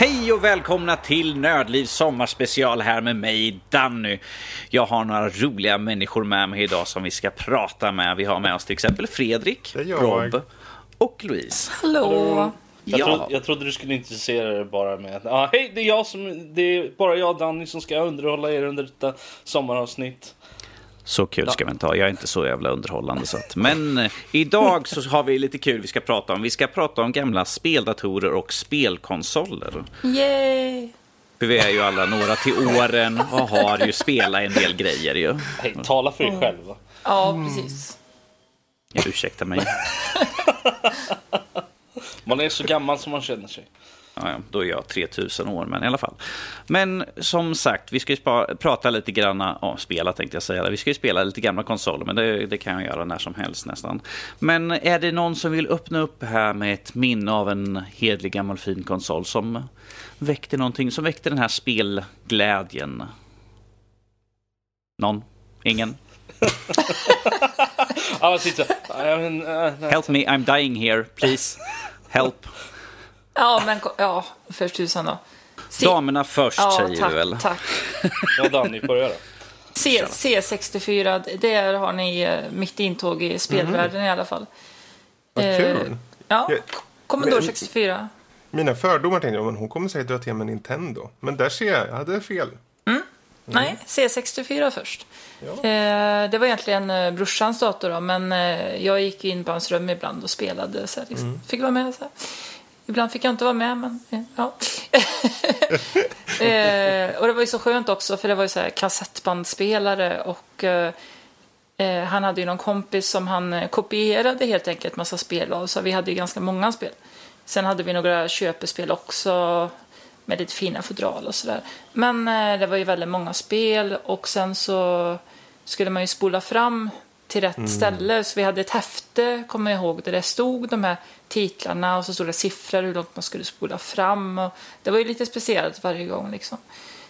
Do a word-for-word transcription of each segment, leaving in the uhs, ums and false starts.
Hej och välkomna till Nördlivs sommarspecial här med mig, Danny. Jag har några roliga människor med mig idag som vi ska prata med. Vi har med oss till exempel Fredrik, Rob och Louise. Hallå! Jag, ja. trodde, jag trodde du skulle intressera dig bara med att ah, hej, det är jag som det är bara jag, Danny, som ska underhålla er under detta sommaravsnitt. Så kul ska vi inte ha. Jag är inte så jävla underhållande så att. Men eh, idag så har vi lite kul vi ska prata om. Vi ska prata om gamla speldatorer och spelkonsoler. Yay! För vi är ju alla några till åren och har ju spelat en del grejer ju. Hej, tala för dig själv va? Ja, precis. Jag ursäkta mig. Man är så gammal som man känner sig. Ja, då är jag tre tusen år, men i alla fall. Men som sagt, vi ska ju spa- prata lite grann om spela, tänkte jag säga. Vi ska ju spela lite gamla konsoler, men det, det kan jag göra när som helst nästan. Men är det någon som vill öppna upp här med ett minne av en hedlig gammal fin konsol som väckte någonting, som väckte den här spelglädjen? Någon? Ingen? Help me, I'm dying here, please. Help. Ja, men ja, först tusan då. Se- Damerna först, ja, säger tack, du väl? Tack. Ja, Danny, börja då. C- C sextiofyra, där har ni mitt intåg i spelvärlden mm. i alla fall. Vad eh, kul. Ja, Commodore sextiofyra. Mina fördomar tänkte jag, men hon kommer säkert dra till med Nintendo. Men där ser jag, jag hade fel. Mm. Mm. Nej, C sextiofyra först. Ja. Eh, det var egentligen eh, brorsans dator då, men eh, jag gick in på hans rum ibland och spelade. Så här, liksom. mm. Fick vara med så här. Ibland fick jag inte vara med, men ja. eh, och det var ju så skönt också, för det var ju så här kassettbandspelare och eh, han hade ju någon kompis som han kopierade helt enkelt massa spel av, så vi hade ju ganska många spel. Sen hade vi några köpespel också med lite fina fodral och sådär. Men eh, det var ju väldigt många spel, och sen så skulle man ju spola fram till rätt mm. ställe, så vi hade ett häfte, kommer jag ihåg, där det stod de här titlarna och så stod det siffror hur långt man skulle spola fram, och det var ju lite speciellt varje gång liksom.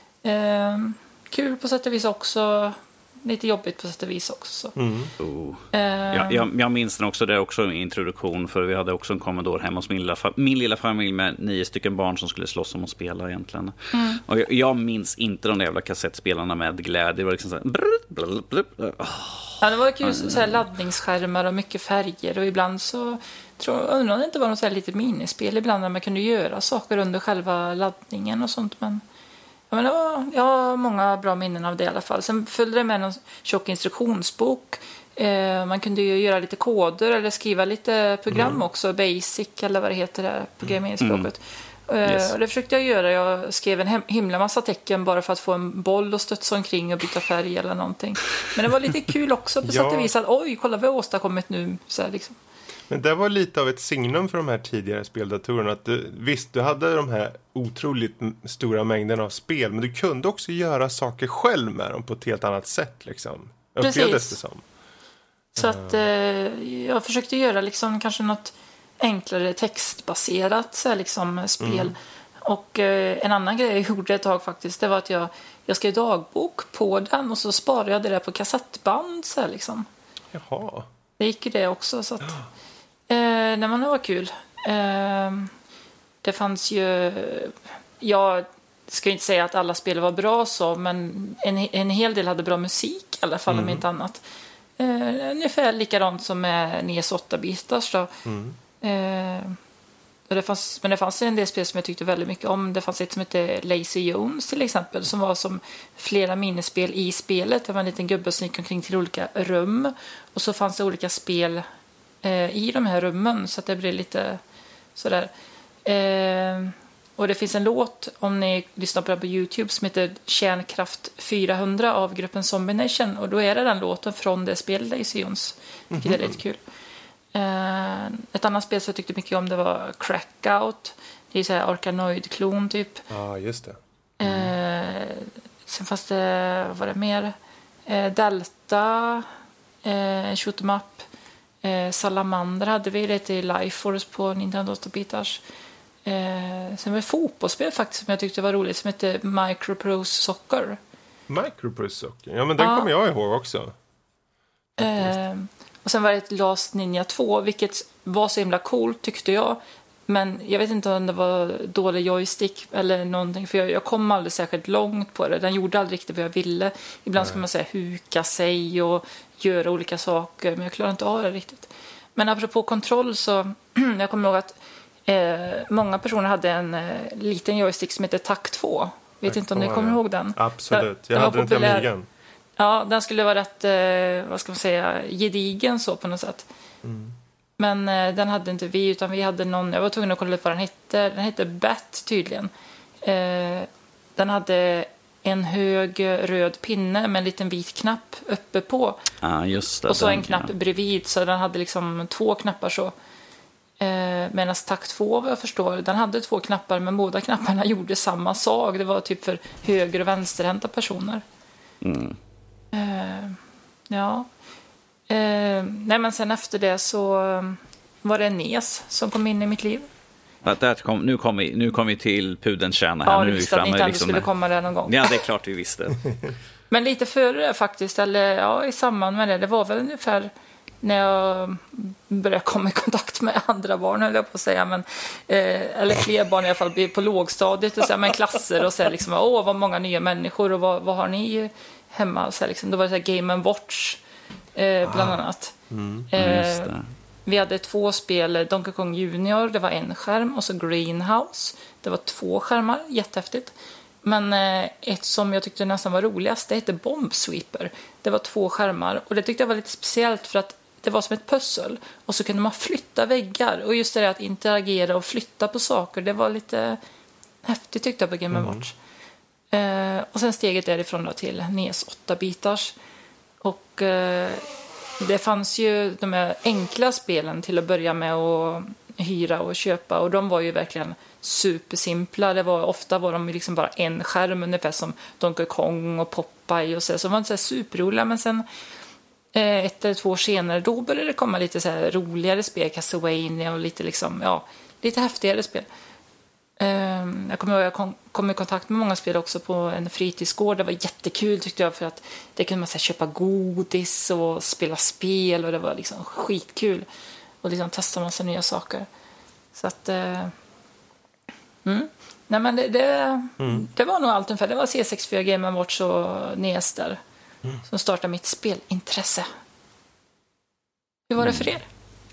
Eh, kul på sätt och vis också, lite jobbigt på sätt och vis också. Mm. Oh. Eh, jag, jag, jag minns den också, det är också en introduktion, för vi hade också en Commodore hemma hos min lilla, fa- min lilla familj med nio stycken barn som skulle slåss om att spela egentligen. Mm. Och jag, jag minns inte de där jävla kassettspelarna med glädje, det var liksom så här, brr, brr, brr, brr. Oh. Ja, det var kul, så här laddningsskärmar och mycket färger, och ibland så tror jag undrar om det inte var något så här litet minispel ibland där man kunde göra saker under själva laddningen och sånt, men ja, men det var, jag har många bra minnen av det i alla fall. Sen följde det med en tjock instruktionsbok. Eh, man kunde ju göra lite koder eller skriva lite program mm. också, basic eller vad det heter där programmeringsspråket. Mm. Eh, yes. Och det försökte jag göra. Jag skrev en himla massa tecken bara för att få en boll och studsa omkring och byta färg eller någonting. Men det var lite kul också på sätt och vis att oj, kolla vad vi har åstadkommit nu. Så här, liksom. Men det var lite av ett signum för de här tidigare speldatorerna. Att du, visst, du hade de här otroligt stora mängderna av spel, men du kunde också göra saker själv med dem på ett helt annat sätt. Liksom. Upplevdes det som. Så att eh, jag försökte göra liksom kanske något enklare textbaserat så här, liksom, spel. Mm. Och eh, en annan grej jag gjorde ett tag faktiskt, det var att jag, jag skrev dagbok på den och så sparade jag det där på kassettband. Så här, liksom. Jaha. Det gick ju det också, så att... Eh, när man var kul. Eh, det fanns ju... Jag ska inte säga att alla spel var bra så, men en, en hel del hade bra musik i alla fall, mm. om inte annat. Eh, ungefär likadant som med N E S åtta-bitars då. Mm. Eh, och det fanns, men det fanns en del spel som jag tyckte väldigt mycket om. Det fanns ett som hette Lazy Jones till exempel, som var som flera minispel i spelet. Det var en liten gubbe som gick omkring till olika rum. Och så fanns det olika spel eh, i de här rummen, så att det blev lite sådär. Eh, och det finns en låt, om ni lyssnar på det på YouTube, som heter Kärnkraft fyrahundra av gruppen Zombie Nation. Och då är det den låten från det spelet, Lazy Jones. Vilket mm-hmm. är lite kul. Uh, ett annat spel som jag tyckte mycket om, det var Crackout. Det är så här Arkanoid-klon typ. Ja, ah, just det. Mm. Uh, sen fanns det, vad var det mer? Uh, Delta, uh, Shoot 'em Up, uh, Salamander hade vi det i Life Force på Nintendo åtta-bitars. Uh, sen var det fotbollsspel faktiskt som jag tyckte var roligt, som hette Microprose Soccer. Microprose Soccer? Ja, men den uh, kommer jag ihåg också. Uh, Och sen var det ett Last Ninja två, vilket var så himla coolt tyckte jag. Men jag vet inte om det var dålig joystick eller någonting. För jag, jag kom aldrig särskilt långt på det. Den gjorde aldrig riktigt vad jag ville. Ibland skulle man säga huka sig och göra olika saker. Men jag klarade inte av det riktigt. Men apropå kontroll så... jag kommer ihåg att eh, många personer hade en eh, liten joystick som heter Tac två. Vet inte om ni kommer ihåg den? Absolut. Den, jag den hade den till Amigan. Ja, den skulle vara rätt, eh, vad ska man säga, gedigen så på något sätt. Mm. Men eh, den hade inte vi, utan vi hade någon, jag var tvungen att kolla upp vad den hette. Den hette Bat tydligen. Eh, den hade en hög röd pinne med en liten vit knapp uppe på. Ah, just det, och så den, en knapp ja. bredvid, så den hade liksom två knappar så. Eh, medan Tac två, vad jag förstår, den hade två knappar, men båda knapparna gjorde samma sak. Det var typ för höger- och vänsterhänta personer. Mm. Uh, ja. Uh, nej, men sen efter det så um, var det en N E S som kom in i mitt liv. Där kom, nu kom vi nu kom vi till pudelns kärna här. Ja, nu vi visste att ni inte liksom skulle komma där någon gång. Ja, det är klart vi visste. Men lite före det faktiskt, eller ja, i samband med det, det var väl ungefär när jag började komma i kontakt med andra barn, höll jag på att säga, men, eh, eller fler barn i alla fall på lågstadiet, och så här, med klasser och så här, liksom, åh vad många nya människor och vad, vad har ni hemma? Och så här, liksom, då var det så här Game and Watch eh, bland annat. Mm. Eh, vi hade två spel, Donkey Kong Junior, det var en skärm, och så Greenhouse, det var två skärmar, jättehäftigt. Men eh, ett som jag tyckte nästan var roligast, det hette Bomb Sweeper. Det var två skärmar, och det tyckte jag var lite speciellt för att det var som ett pussel. Och så kunde man flytta väggar. Och just det där att interagera och flytta på saker, det var lite häftigt tyckte jag på Game and Watch. Mm. Eh, och sen steget därifrån då till N E S åtta-bitars. Och eh, det fanns ju de här enkla spelen till att börja med att hyra och köpa. Och de var ju verkligen supersimpla. Det var, ofta var de liksom bara en skärm, ungefär som Donkey Kong och Popeye och så. Så de var inte så superroliga, men sen ett eller två år senare, då började det komma lite så här roligare spel, Castlevania och lite liksom, ja, lite häftigare spel. Jag kommer ihåg, jag kom, kom i kontakt med många spel också på en fritidsgård. Det var jättekul tyckte jag, för att det kunde man så här, köpa godis och spela spel, och det var liksom skitkul och liksom testa massa nya saker. Så att eh, mm. nej men det, det, mm. det var nog allt ungefär. Det var C sextiofyra, Game and Watch och N E S där. Mm. Som startade mitt spelintresse. Hur var det för er?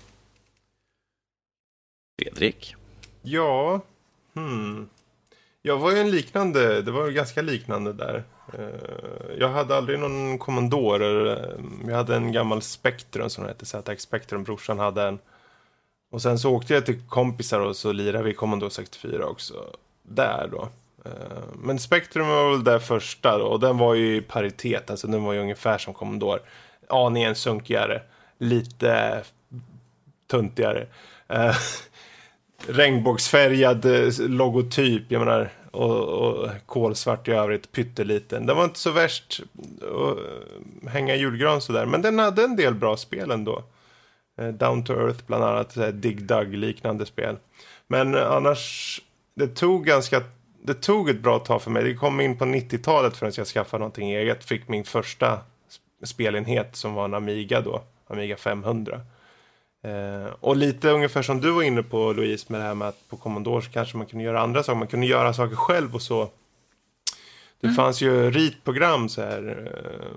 Fredrik? Ja, hmm. jag var ju en liknande, det var ganska liknande där. Jag hade aldrig någon Commodore. Jag hade en gammal Spectrum som hette Z X Spectrum. Brorsan hade en. Och sen så åkte jag till kompisar och så lirade vi Commodore sextiofyra också. Där då. Men Spectrum var väl där första då, och den var ju i paritet, alltså den var ju ungefär som Commodore. Aningen sunkigare, lite tuntigare. Eh, regnbågsfärgad logotyp, jag menar, och, och kolsvart i övrigt, pytteliten. Den var inte så värst att hänga i julgran så där, men den hade en del bra spel ändå. Eh, Down to Earth bland annat, Dig Dug liknande spel. Men annars, det tog ganska Det tog ett bra tag för mig. Det kom in på nittiotalet förrän jag skaffade någonting eget. Fick min första spelenhet som var en Amiga då. Amiga femhundra. Eh, och lite ungefär som du var inne på, Louise, med det här med att på Commodore så kanske man kunde göra andra saker. Man kunde göra saker själv och så. Det mm. fanns ju ritprogram så här,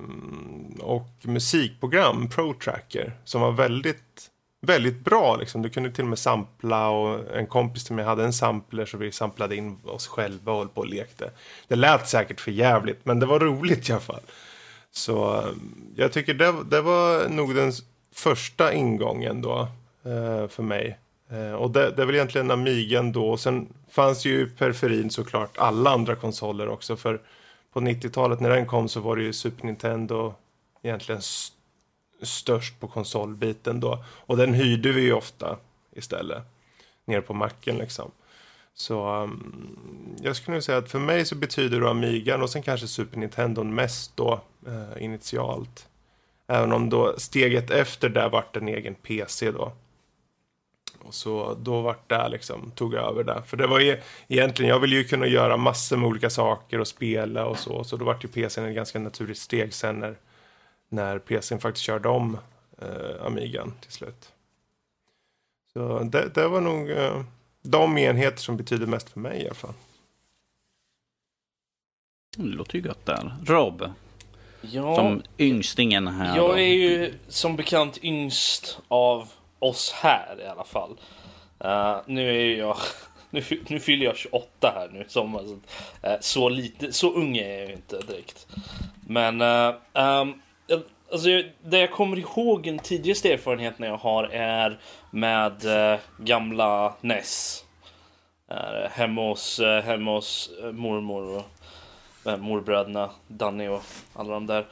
och musikprogram, Pro Tracker, som var väldigt... väldigt bra liksom. Du kunde till och med sampla, och en kompis till mig hade en sampler så vi samplade in oss själva och höll på och lekte. Det lät säkert för jävligt, men det var roligt i alla fall. Så jag tycker det, det var nog den första ingången då eh, för mig. Eh, och det, det är väl egentligen Amigan då. Och sen fanns ju periferin såklart alla andra konsoler också, för på nittiotalet när den kom så var det ju Super Nintendo egentligen st- störst på konsolbiten då. Och den hyrde vi ju ofta istället. Nere på macken liksom. Så um, jag skulle nog säga att för mig så betyder det Amigan och sen kanske Super Nintendo mest då uh, initialt. Även om då steget efter där vart en egen P C då. Och så då vart det liksom, tog jag över där. För det var ju egentligen, jag ville ju kunna göra massor med olika saker och spela och så. Så då vart ju P C:n ett ganska naturligt steg sen när när P C:n faktiskt körde om eh, Amigan till slut. Så det, det var nog eh, de enheter som betyder mest för mig i alla fall. Det låter ju gott där. Rob, Ja, som yngstingen här. jag då. är ju som bekant yngst av oss här i alla fall. Uh, nu är jag nu, nu fyller jag tjugoåtta här nu i sommar, så, uh, så lite så ung är jag ju inte direkt. Men uh, um, alltså, det jag kommer ihåg, den tidigaste erfarenheten jag har är med uh, gamla N E S. Uh, hemma hos, uh, hemma hos uh, mormor och uh, morbröderna Danny och alla de där.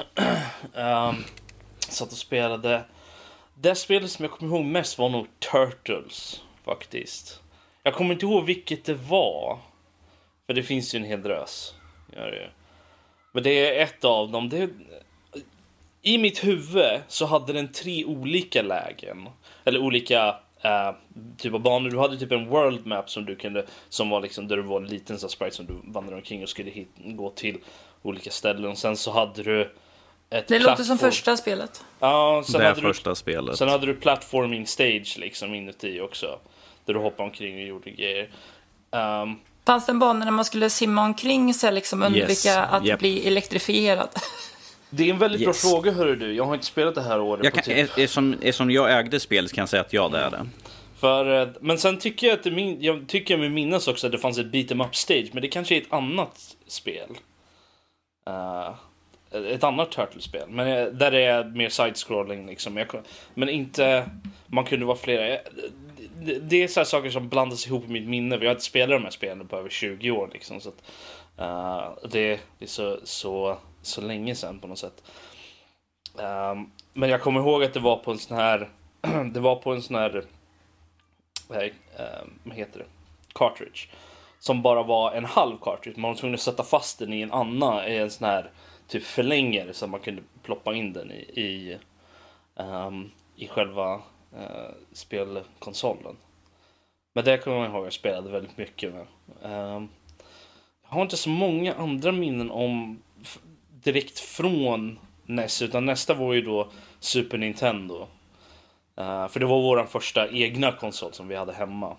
um, satt och spelade. Det spelet som jag kommer ihåg mest var nog Turtles, faktiskt. Jag kommer inte ihåg vilket det var, för det finns ju en hel drös. Gör det. Men det är ett av dem. Det... I mitt huvud så hade den tre olika lägen. Eller olika uh, typ av banor. Du hade typ en world map som du kunde, som var liksom där du var en liten så sprite som du vandrade omkring och skulle hit, gå till olika ställen. Och sen så hade du ett det plattform. låter som första spelet. Ja, sen det är hade första du, spelet. Sen hade du platforming stage liksom inuti också, där du hoppade omkring och gjorde grejer. Um, Fanns det en bana där man skulle simma omkring sig liksom, undvika Yes, att yep. bli elektrifierad? det är en väldigt Yes. bra fråga, hörru du. Jag har inte spelat det här året Jag på kan, typ. är, är som, är som jag ägde spelet kan jag säga att ja, det är det. För, eh, men sen tycker jag att det min, jag tycker jag mig minnas också att det fanns ett beat 'em up stage, men det kanske är ett annat spel. Uh, ett annat Turtle-spel, men eh, där det är mer side-scrolling liksom. Jag, men inte, man kunde vara flera. Jag, det, det är så här saker som blandas ihop i mitt minne. Vi har inte spelat de här spelen på över tjugo år liksom, så att, uh, det, det är så, så, så länge sedan på något sätt. Um, men jag kommer ihåg att det var på en sån här det var på en sån här Nej, eh, vad heter det? Cartridge. Som bara var en halv cartridge. Man var tvungen att sätta fast den i en annan, i en sån här typ förlängare, så man kunde ploppa in den i i, um, i själva uh, spelkonsolen. Men det kommer jag ihåg att jag spelade väldigt mycket med. Um, jag har inte så många andra minnen om f- direkt från N E S, utan nästa var ju då Super Nintendo. Uh, för det var vår första egna konsol som vi hade hemma.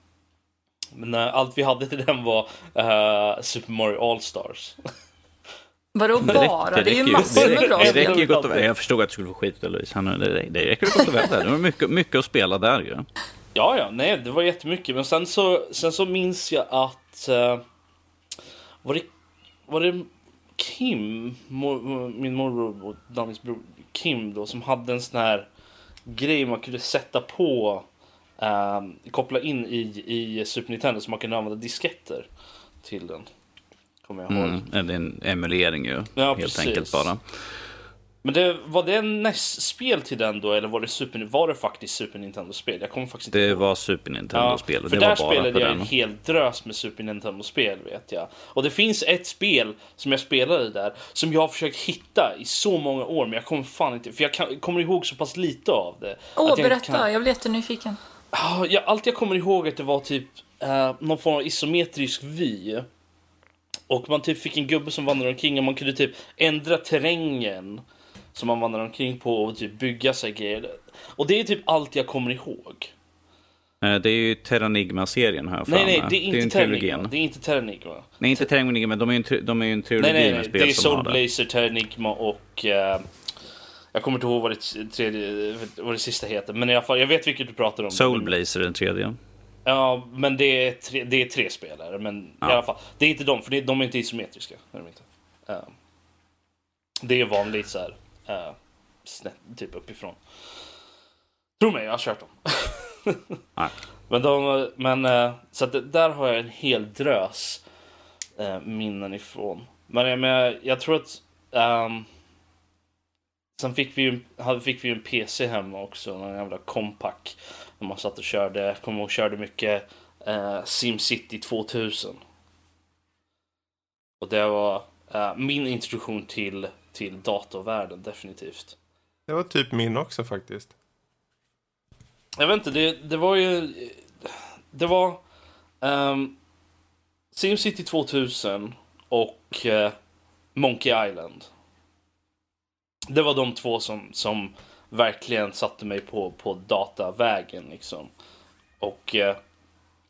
Men uh, allt vi hade till den var uh, Super Mario All-Stars. Vadå bara? Det, är ju massor med bra det, det spel. räcker ju gott och väl. Jag förstod att du skulle få skit, Louise. Det, det räcker gott och väl där. Det var mycket, mycket att spela där ju. Ja, ja, nej, det var jättemycket. Men sen så, sen så minns jag att uh, var, det, var det Kim, mor, min morbror och Dannys bror Kim då, som hade en sån här grej man kunde sätta på, um, koppla in i, i Super Nintendo, så man kunde använda disketter till den. Kommer jag ihåg. Mm, det är en emulering ju, ja, helt precis. enkelt bara. Men det, var det en N E S-spel till den då, eller var det, Super, var det faktiskt Super Nintendo-spel? Jag kommer faktiskt inte Det ihåg. var Super Nintendo-spel. Ja, det för där var bara spelade på jag den. en hel drös med Super Nintendo-spel, vet jag. Och det finns ett spel som jag spelade där, som jag har försökt hitta i så många år, men jag kommer fan inte, för jag kan, kommer ihåg så pass lite av det. Åh, att jag berätta. kan, Jag blir jättenyfiken. ah, jag, allt jag kommer ihåg att det var typ uh, någon form av isometrisk vy. Och man typ fick en gubbe som vandrade omkring, och man kunde typ ändra terrängen som man vandrar omkring på och typ bygga sig grejer. Och det är typ allt jag kommer ihåg. Det är ju Terranigma-serien här. Nej, nej, det är inte en Terranigma. Det är inte Terranigma. Nej, inte Terranigma, men de är ju en, tri- de är ju en trilogi Nej, nej, med nej. spel Det är som Soul har det. Blazer, Terranigma och... Uh, jag kommer inte ihåg vad det, tredje, vad det sista heter. Men i alla fall, jag vet vilket du pratar om. Soul Blazer är den tredje. Ja, men det är tre, det är tre spelare. Men Ja. i alla fall, det är inte de, för det, de är inte isometriska. Är de inte. Uh, det är vanligt så här... Uh, snett, typ uppifrån. Tro mig, jag har kört dem. Nej. Men, de, men uh, så att det, där har jag en hel drös uh, minnen ifrån. Men jag, men, jag tror att um, sen fick vi ju hade, fick vi ju en P C hemma också, en jävla Compaq, när man satt och körde, kommer ihåg, körde mycket uh, SimCity tvåtusen. Och det var uh, min introduktion till till datorvärlden, definitivt. Det var typ min också faktiskt. Jag vet inte, det, det var ju... Det var... Um, SimCity tvåtusen och uh, Monkey Island. Det var de två som, som verkligen satte mig på, på datavägen liksom. Och uh,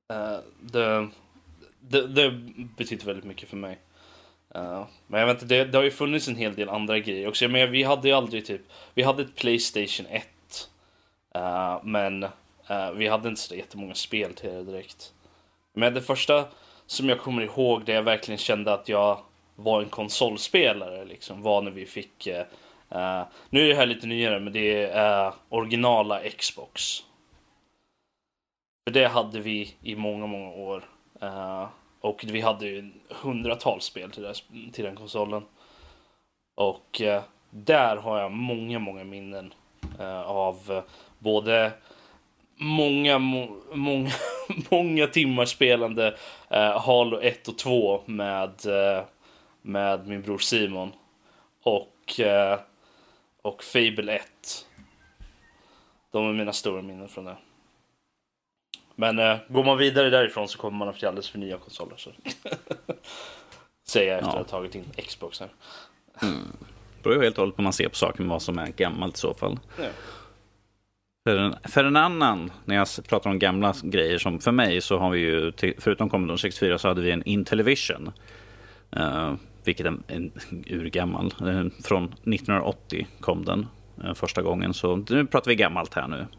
Uh, det, det, det betyder väldigt mycket för mig. Uh, men jag vet inte, det, det har ju funnits en hel del andra grejer också. Men vi hade ju aldrig typ, vi hade ett PlayStation ett. Uh, men uh, vi hade inte så jättemånga spel till det direkt. Men det första som jag kommer ihåg, där jag verkligen kände att jag var en konsolspelare liksom, var när vi fick uh, nu är det här lite nyare, men det är uh, originala Xbox. För det hade vi i många, många år. Uh, och vi hade ju hundratals spel till, det, till den konsolen. Och uh, där har jag många, många minnen uh, av uh, både många, må, många, många timmar spelande uh, Halo ett och två med, uh, med min bror Simon. Och, uh, och Fable ett. De är mina stora minnen från det. Men uh, går man vidare därifrån så kommer man att få alldeles för nya konsoler. Så. Säger jag efter ja. att ha tagit in Xbox här. Mm. Det beror ju helt och hållet på man ser på saker med vad som är gammalt i så fall. Ja. För, en, för en annan, när jag pratar om gamla grejer, som för mig så har vi ju, till, förutom Commodore sextiofyra så hade vi en Intellivision. Uh, vilket är en, en urgammal. Uh, från nittonhundraåttio kom den uh, första gången. Så nu pratar vi gammalt här nu.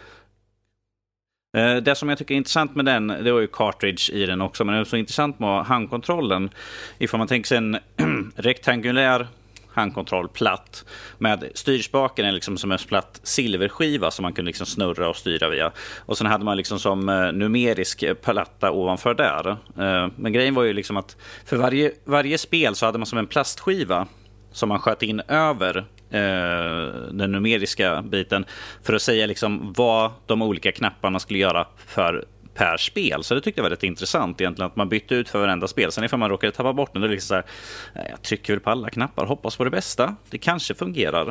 Det som jag tycker är intressant med den, det var ju cartridge i den också, men det är så intressant med handkontrollen. Ifall man tänker sig en rektangulär handkontroll platt med styrspaken är liksom som en platt silverskiva som man kunde liksom snurra och styra via. Och sen hade man liksom som numerisk platta ovanför där. Men grejen var ju liksom att för varje, varje spel så hade man som en plastskiva som man sköt in över den numeriska biten för att säga liksom vad de olika knapparna skulle göra för per spel. Så det tyckte jag var rätt intressant egentligen, att man bytte ut för varenda spel. Sen ifall man råkade tappa bort den, då är det liksom så här, jag trycker väl på alla knappar, hoppas på det bästa. Det kanske fungerar.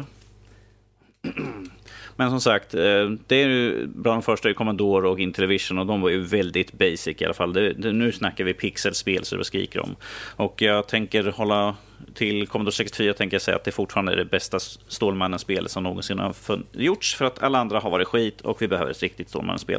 Men som sagt, det är ju bland de första i Commodore och Intellivision, och de var ju väldigt basic i alla fall. Det, det, nu snackar vi pixelspel så det skriker om. Och jag tänker hålla till Commodore sextiofyra, tänker jag säga att det fortfarande är det bästa Stålmannen-spelet som någonsin har gjorts, för att alla andra har varit skit och vi behöver ett riktigt Stålmannen-spel.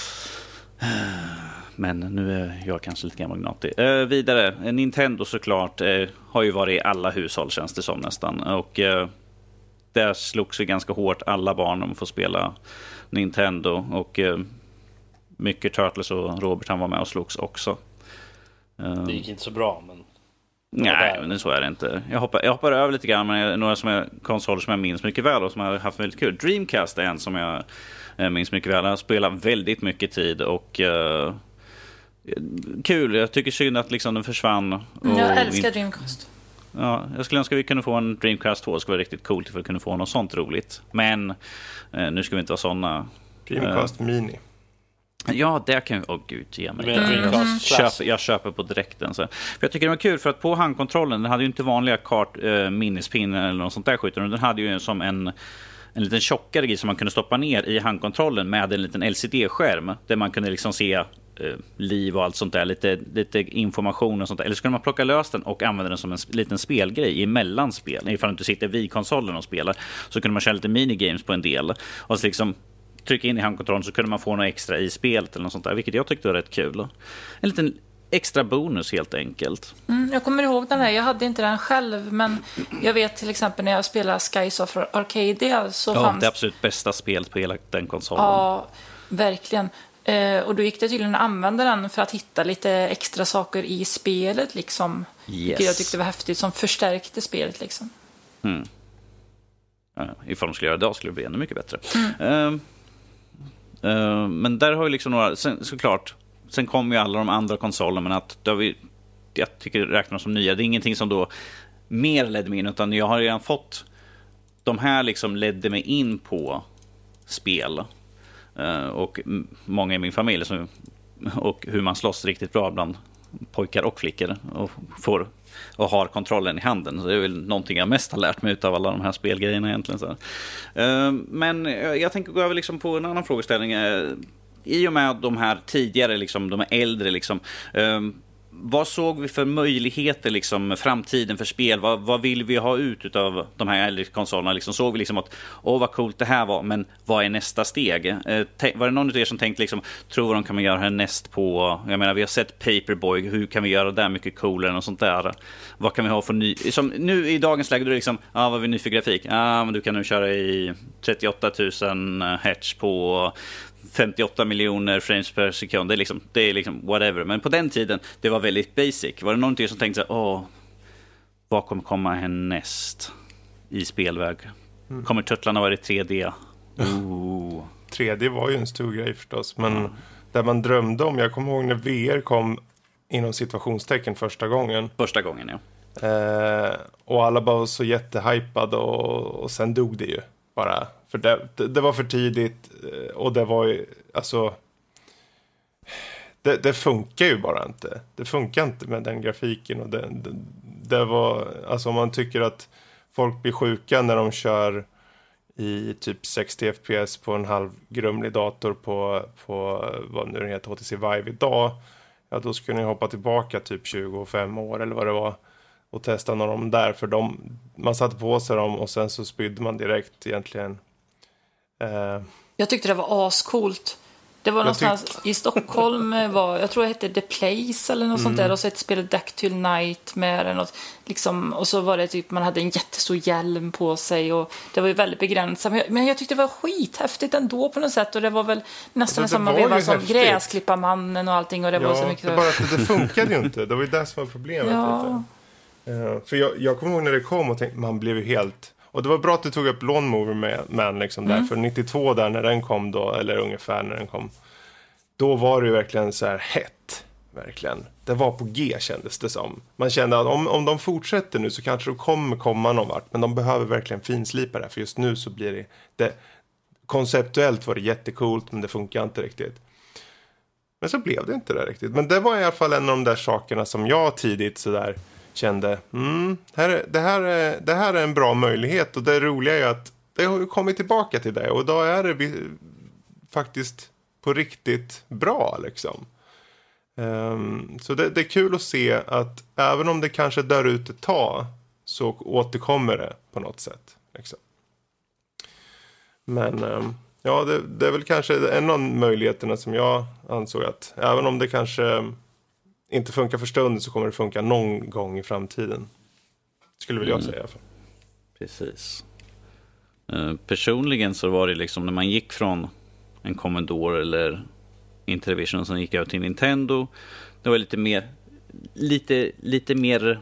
Men nu är jag kanske lite gammal gnatig. Eh, vidare, Nintendo såklart eh, har ju varit i alla hushåll, känns det som nästan. Och eh, där slogs ju ganska hårt alla barn om att få spela Nintendo. Och eh, mycket Turtles och Robert, han var med och slogs också. Eh, det gick inte så bra, men... Nej, men så är det inte. Jag hoppar, jag hoppar över lite grann, men några som är konsoler som jag minns mycket väl och som jag har haft väldigt kul. Dreamcast är en som jag eh, minns mycket väl. Jag har spelat väldigt mycket tid och eh, kul. Jag tycker synd att liksom den försvann. Och jag älskar Dreamcast. Ja, jag skulle önska att vi kunde få en Dreamcast två. Det skulle vara riktigt coolt för att kunna få något sånt roligt. Men eh, nu ska vi inte vara såna. Dreamcast eh, Mini. Ja, det kan ju... Åh oh, gud, ge mig. Mm. Köper, jag köper på direkten. Så. För jag tycker det var kul, för att på handkontrollen, den hade ju inte vanliga kart, eh, minispinn eller något sånt där skit. Den hade ju som en, en liten tjockare grej som man kunde stoppa ner i handkontrollen med en liten L C D-skärm. Där man kunde liksom se eh, liv och allt sånt där. Lite, lite information och sånt där. Eller så kunde man plocka lös den och använda den som en liten spelgrej emellan spel. Ifall du inte sitter vid konsolen och spelar, så kunde man köra lite minigames på en del. Och så liksom trycka in i handkontrollen, så kunde man få något extra i spelet eller något sånt där, vilket jag tyckte var rätt kul. En liten extra bonus helt enkelt. Mm, jag kommer ihåg den här, jag hade inte den själv, men jag vet till exempel när jag spelade Skies of Arcadia så ja, fanns... det absolut bästa spelet på hela den konsolen. Ja, verkligen. Eh, och då gick det tydligen att använda den för att hitta lite extra saker i spelet liksom. Yes. Det jag tyckte var häftigt, som förstärkte spelet liksom. Mm. Ja, ifall de skulle göra det idag skulle det bli ännu mycket bättre. Mm. Uh, uh, men där har ju liksom några, sen, såklart, sen kommer ju alla de andra konsolerna, men att då har vi, jag tycker det räknas som nya. Det är ingenting som då mer ledde mig in, utan jag har redan fått de här liksom ledde mig in på spel. Uh, och m- många i min familj som, och hur man slåss riktigt bra bland pojkar och flickor och får och har kontrollen i handen. Så det är väl någonting jag mest har lärt mig av alla de här spelgrejerna egentligen. Så. Uh, men jag tänker gå över liksom på en annan frågeställning. Uh, I och med de här tidigare, liksom, de här äldre, liksom, uh, vad såg vi för möjligheter liksom framtiden för spel? Vad, vad vill vi ha ut av de här äldre konsolerna? Liksom, såg vi liksom att, åh vad coolt det här var, men vad är nästa steg? Eh, te- var det någon av er som tänkte liksom, tror vad de kan man göra härnäst på? Jag menar, vi har sett Paperboy, hur kan vi göra det där mycket coolare och sånt där? Vad kan vi ha för ny... Som nu i dagens läge, då är det liksom, ja ah, vad är ny för grafik? Ja, ah, men du kan nu köra i trettioåtta tusen hertz på femtioåtta miljoner frames per sekund. Det är liksom, det är liksom whatever. Men på den tiden, det var väldigt basic. Var det någonting som tänkte så här, åh, vad kommer komma härnäst i spelväg? Mm. Kommer turtlarna vara i tre D? Ooh. tre D var ju en stor grej förstås. Men mm. där man drömde om, jag kommer ihåg när V R kom inom situationstecken första gången. Första gången, ja. Eh, och alla bara var så jättehypade och, och sen dog det ju bara. För det, det, det var för tidigt och det var ju, alltså, det, det funkar ju bara inte. Det funkar inte med den grafiken och det, det, det var, alltså om man tycker att folk blir sjuka när de kör i typ sextio F P S på en halvgrumlig dator på, på vad nu det heter, H T C Vive idag, ja då skulle ni hoppa tillbaka typ tjugofem år eller vad det var och testa någon av dem där, för de, man satte på sig dem och sen så spydde man direkt egentligen. Uh, jag tyckte det var ascoolt. Det var någonstans tyck- i Stockholm var, jag tror det hette The Place eller något mm. sånt där, och så ett spel Dactyl Knight med något, liksom, och så var det typ man hade en jättestor hjälm på sig och det var ju väldigt begränsat, men jag, men jag tyckte det var skithäftigt ändå på något sätt, och det var väl nästan alltså, samma veva som Gräsklipparmannen och allting, och det ja, var så mycket. Det bara att det funkade ju inte. Det var ju det som var problemet. Ja. Uh, för jag, jag kommer ihåg när det kom och tänkte, man blev ju helt. Och det var bra att du tog upp Lawn Mower Man liksom där. Mm. För nittiotvå där när den kom då, eller ungefär när den kom, då var det ju verkligen så här hett. Verkligen. Det var på G kändes det som. Man kände att om, om de fortsätter nu så kanske de kommer komma någon vart. Men de behöver verkligen finslipa det. För just nu så blir det, det konceptuellt var det jättekult, men det funkar inte riktigt. Men så blev det inte det riktigt. Men det var i alla fall en av de där sakerna som jag tidigt så där kände, mm, här, det, här är, det här är en bra möjlighet. Och det roliga är att det har kommit tillbaka till det. Och då är det vi, faktiskt på riktigt bra liksom. Um, så det, det är kul att se att även om det kanske dör ut ett tag så återkommer det på något sätt liksom. Men um, ja, det, det är väl kanske en av möjligheterna som jag ansåg att även om det kanske inte funkar för stunden så kommer det funka någon gång i framtiden. Skulle väl jag mm. säga i alla fall. Precis. Uh, personligen så var det liksom när man gick från en Commodore eller Intellivision och sen gick jag till Nintendo. Det var lite mer lite, lite mer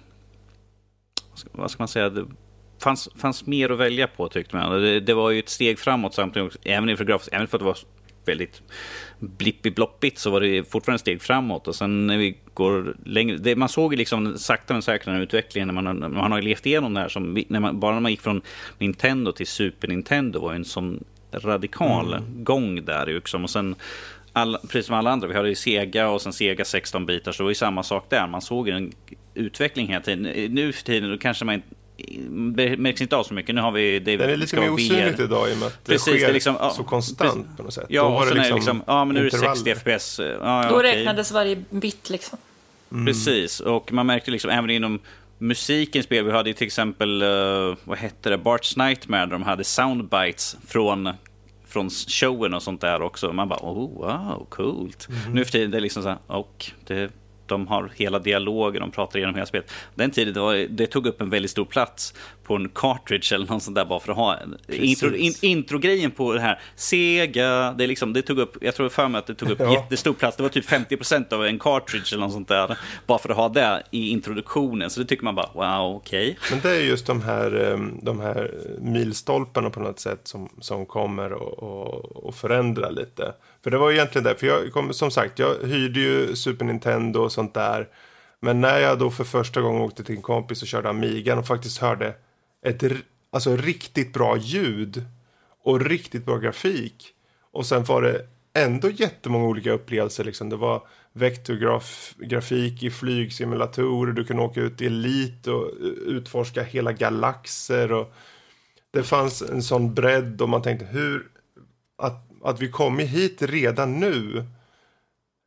vad ska man säga, det fanns, fanns mer att välja på tyckte man. Det, det var ju ett steg framåt samtidigt, även inför grafiskt, även för att det var väldigt blippig-bloppigt så var det fortfarande ett steg framåt. Och sen när vi går längre, det, man såg ju liksom sakta men säkert den här utvecklingen när man, när man har levt igenom det här som, när man, bara när man gick från Nintendo till Super Nintendo var en sån radikal mm. gång där liksom. Och sen alla, precis som alla andra, vi hade ju Sega och sen Sega sexton bitar, så det var ju samma sak där. Man såg en utveckling hela tiden. Nu för tiden då kanske man märks inte av så mycket. Nu har vi det, den är lite mer osynligt idag i och med att det precis, sker det liksom, så konstant precis, på något sätt. Ja, då var och det liksom, liksom, ja men nu är det sextio F P S. Ja, ja, då okay. räknades varje bit liksom. Mm. Precis, och man märkte liksom även inom musikens spel, vi hade till exempel uh, vad hette det, Bart's Nightmare, där de hade soundbites från från showen och sånt där också. Man bara, oh wow, coolt. Mm. Nu för tiden det är liksom så här, och det de har hela dialogen, de pratar igenom hela spelet. Den tiden det, var, det tog upp en väldigt stor plats på en cartridge eller något sånt där bara för att ha intro, in, introgrejen på det här Sega, det, liksom, det tog upp, jag tror för mig att det tog upp ja. jättestor plats, det var typ femtio procent av en cartridge eller något sånt där, bara för att ha det i introduktionen, så det tycker man bara, wow, okej. Okay. Men det är just de här, de här milstolparna på något sätt som, som kommer och, och, och förändra lite. För det var egentligen det, för jag kom, som sagt, jag hyrde ju Super Nintendo och sånt där. Men när jag då för första gången åkte till en kompis och körde Amigan och faktiskt hörde ett alltså, riktigt bra ljud och riktigt bra grafik. Och sen var det ändå jättemånga olika upplevelser. Liksom. Det var vektorgrafik i flygsimulatorer, du kunde åka ut i elit och utforska hela galaxer. Och det fanns en sån bredd och man tänkte hur att, att vi kommer hit redan nu.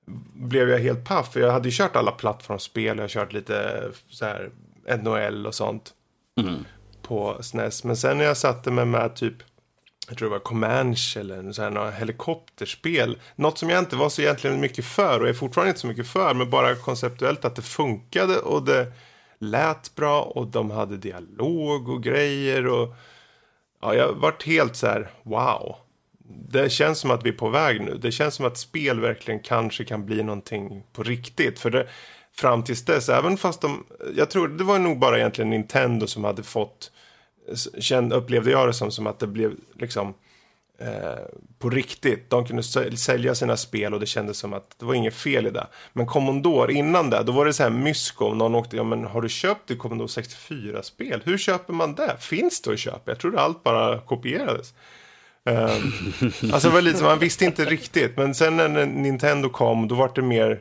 blev jag helt paff. För jag hade ju kört alla plattformsspel. Jag har kört lite så här N H L och sånt Mm. på S N E S. Men sen när jag satte mig med typ, jag tror det var Comanche eller så här, några helikopterspel. Något som jag inte var så egentligen mycket för och är fortfarande inte så mycket för. Men bara konceptuellt att det funkade och det lät bra och de hade dialog och grejer. Och ja, jag varit helt så här, wow. Det känns som att vi är på väg nu. Det känns som att spel verkligen kanske kan bli någonting på riktigt. För det, fram tills dess, även fast de, jag tror det var nog bara egentligen Nintendo som hade fått, kände, upplevde jag det som, som att det blev liksom eh, på riktigt. De kunde sälja sina spel och det kändes som att det var inget fel i det. Men Commodore innan det, då var det så här mysko. Om någon åkte, ja men har du köpt ett Commodore sextiofyra-spel? Hur köper man det? Finns det att köpa? Jag trodde allt bara kopierades. Um, alltså det var lite, man visste inte riktigt. Men sen när Nintendo kom, då var det mer,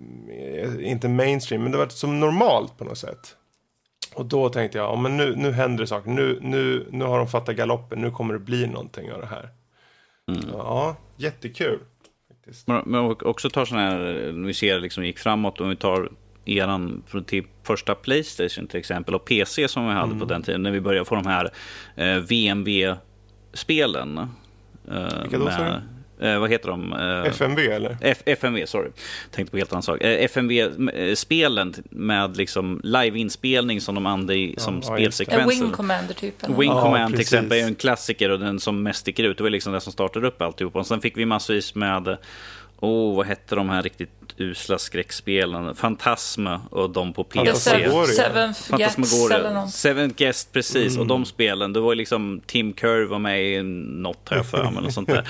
inte mainstream, men det var som normalt på något sätt. Och då tänkte jag, ja, men nu, nu händer det saker. Nu, nu, nu har de fattat galoppen. Nu kommer det bli någonting av det här. Mm. Ja, jättekul faktiskt. Men, men också tar sån här, vi ser liksom gick framåt, om vi tar eran från till första PlayStation till exempel och P C som vi hade mm. på den tiden, när vi började få de här eh, V M V-spelen. Eh, Vilka då, med, eh, vad heter de? Eh, F M V eller? F- F M V, sorry. Tänkte på helt annan sak. Eh, F M V-spelen med liksom live-inspelning som de hade i, som ja, spelsekvenser. Wing Commander typ. Wing ja, Command till precis. exempel är en klassiker och den som mest sticker ut. Det var liksom det som startade upp alltihop. Och sen fick vi massvis med, åh, oh, vad hette de här riktigt usla skräckspelen? Fantasma och de på P C. Seventh Guest eller något. Seventh Guest, precis. Mm. Och de spelen, det var liksom Tim Curry var med i något här för mig, eller sånt där.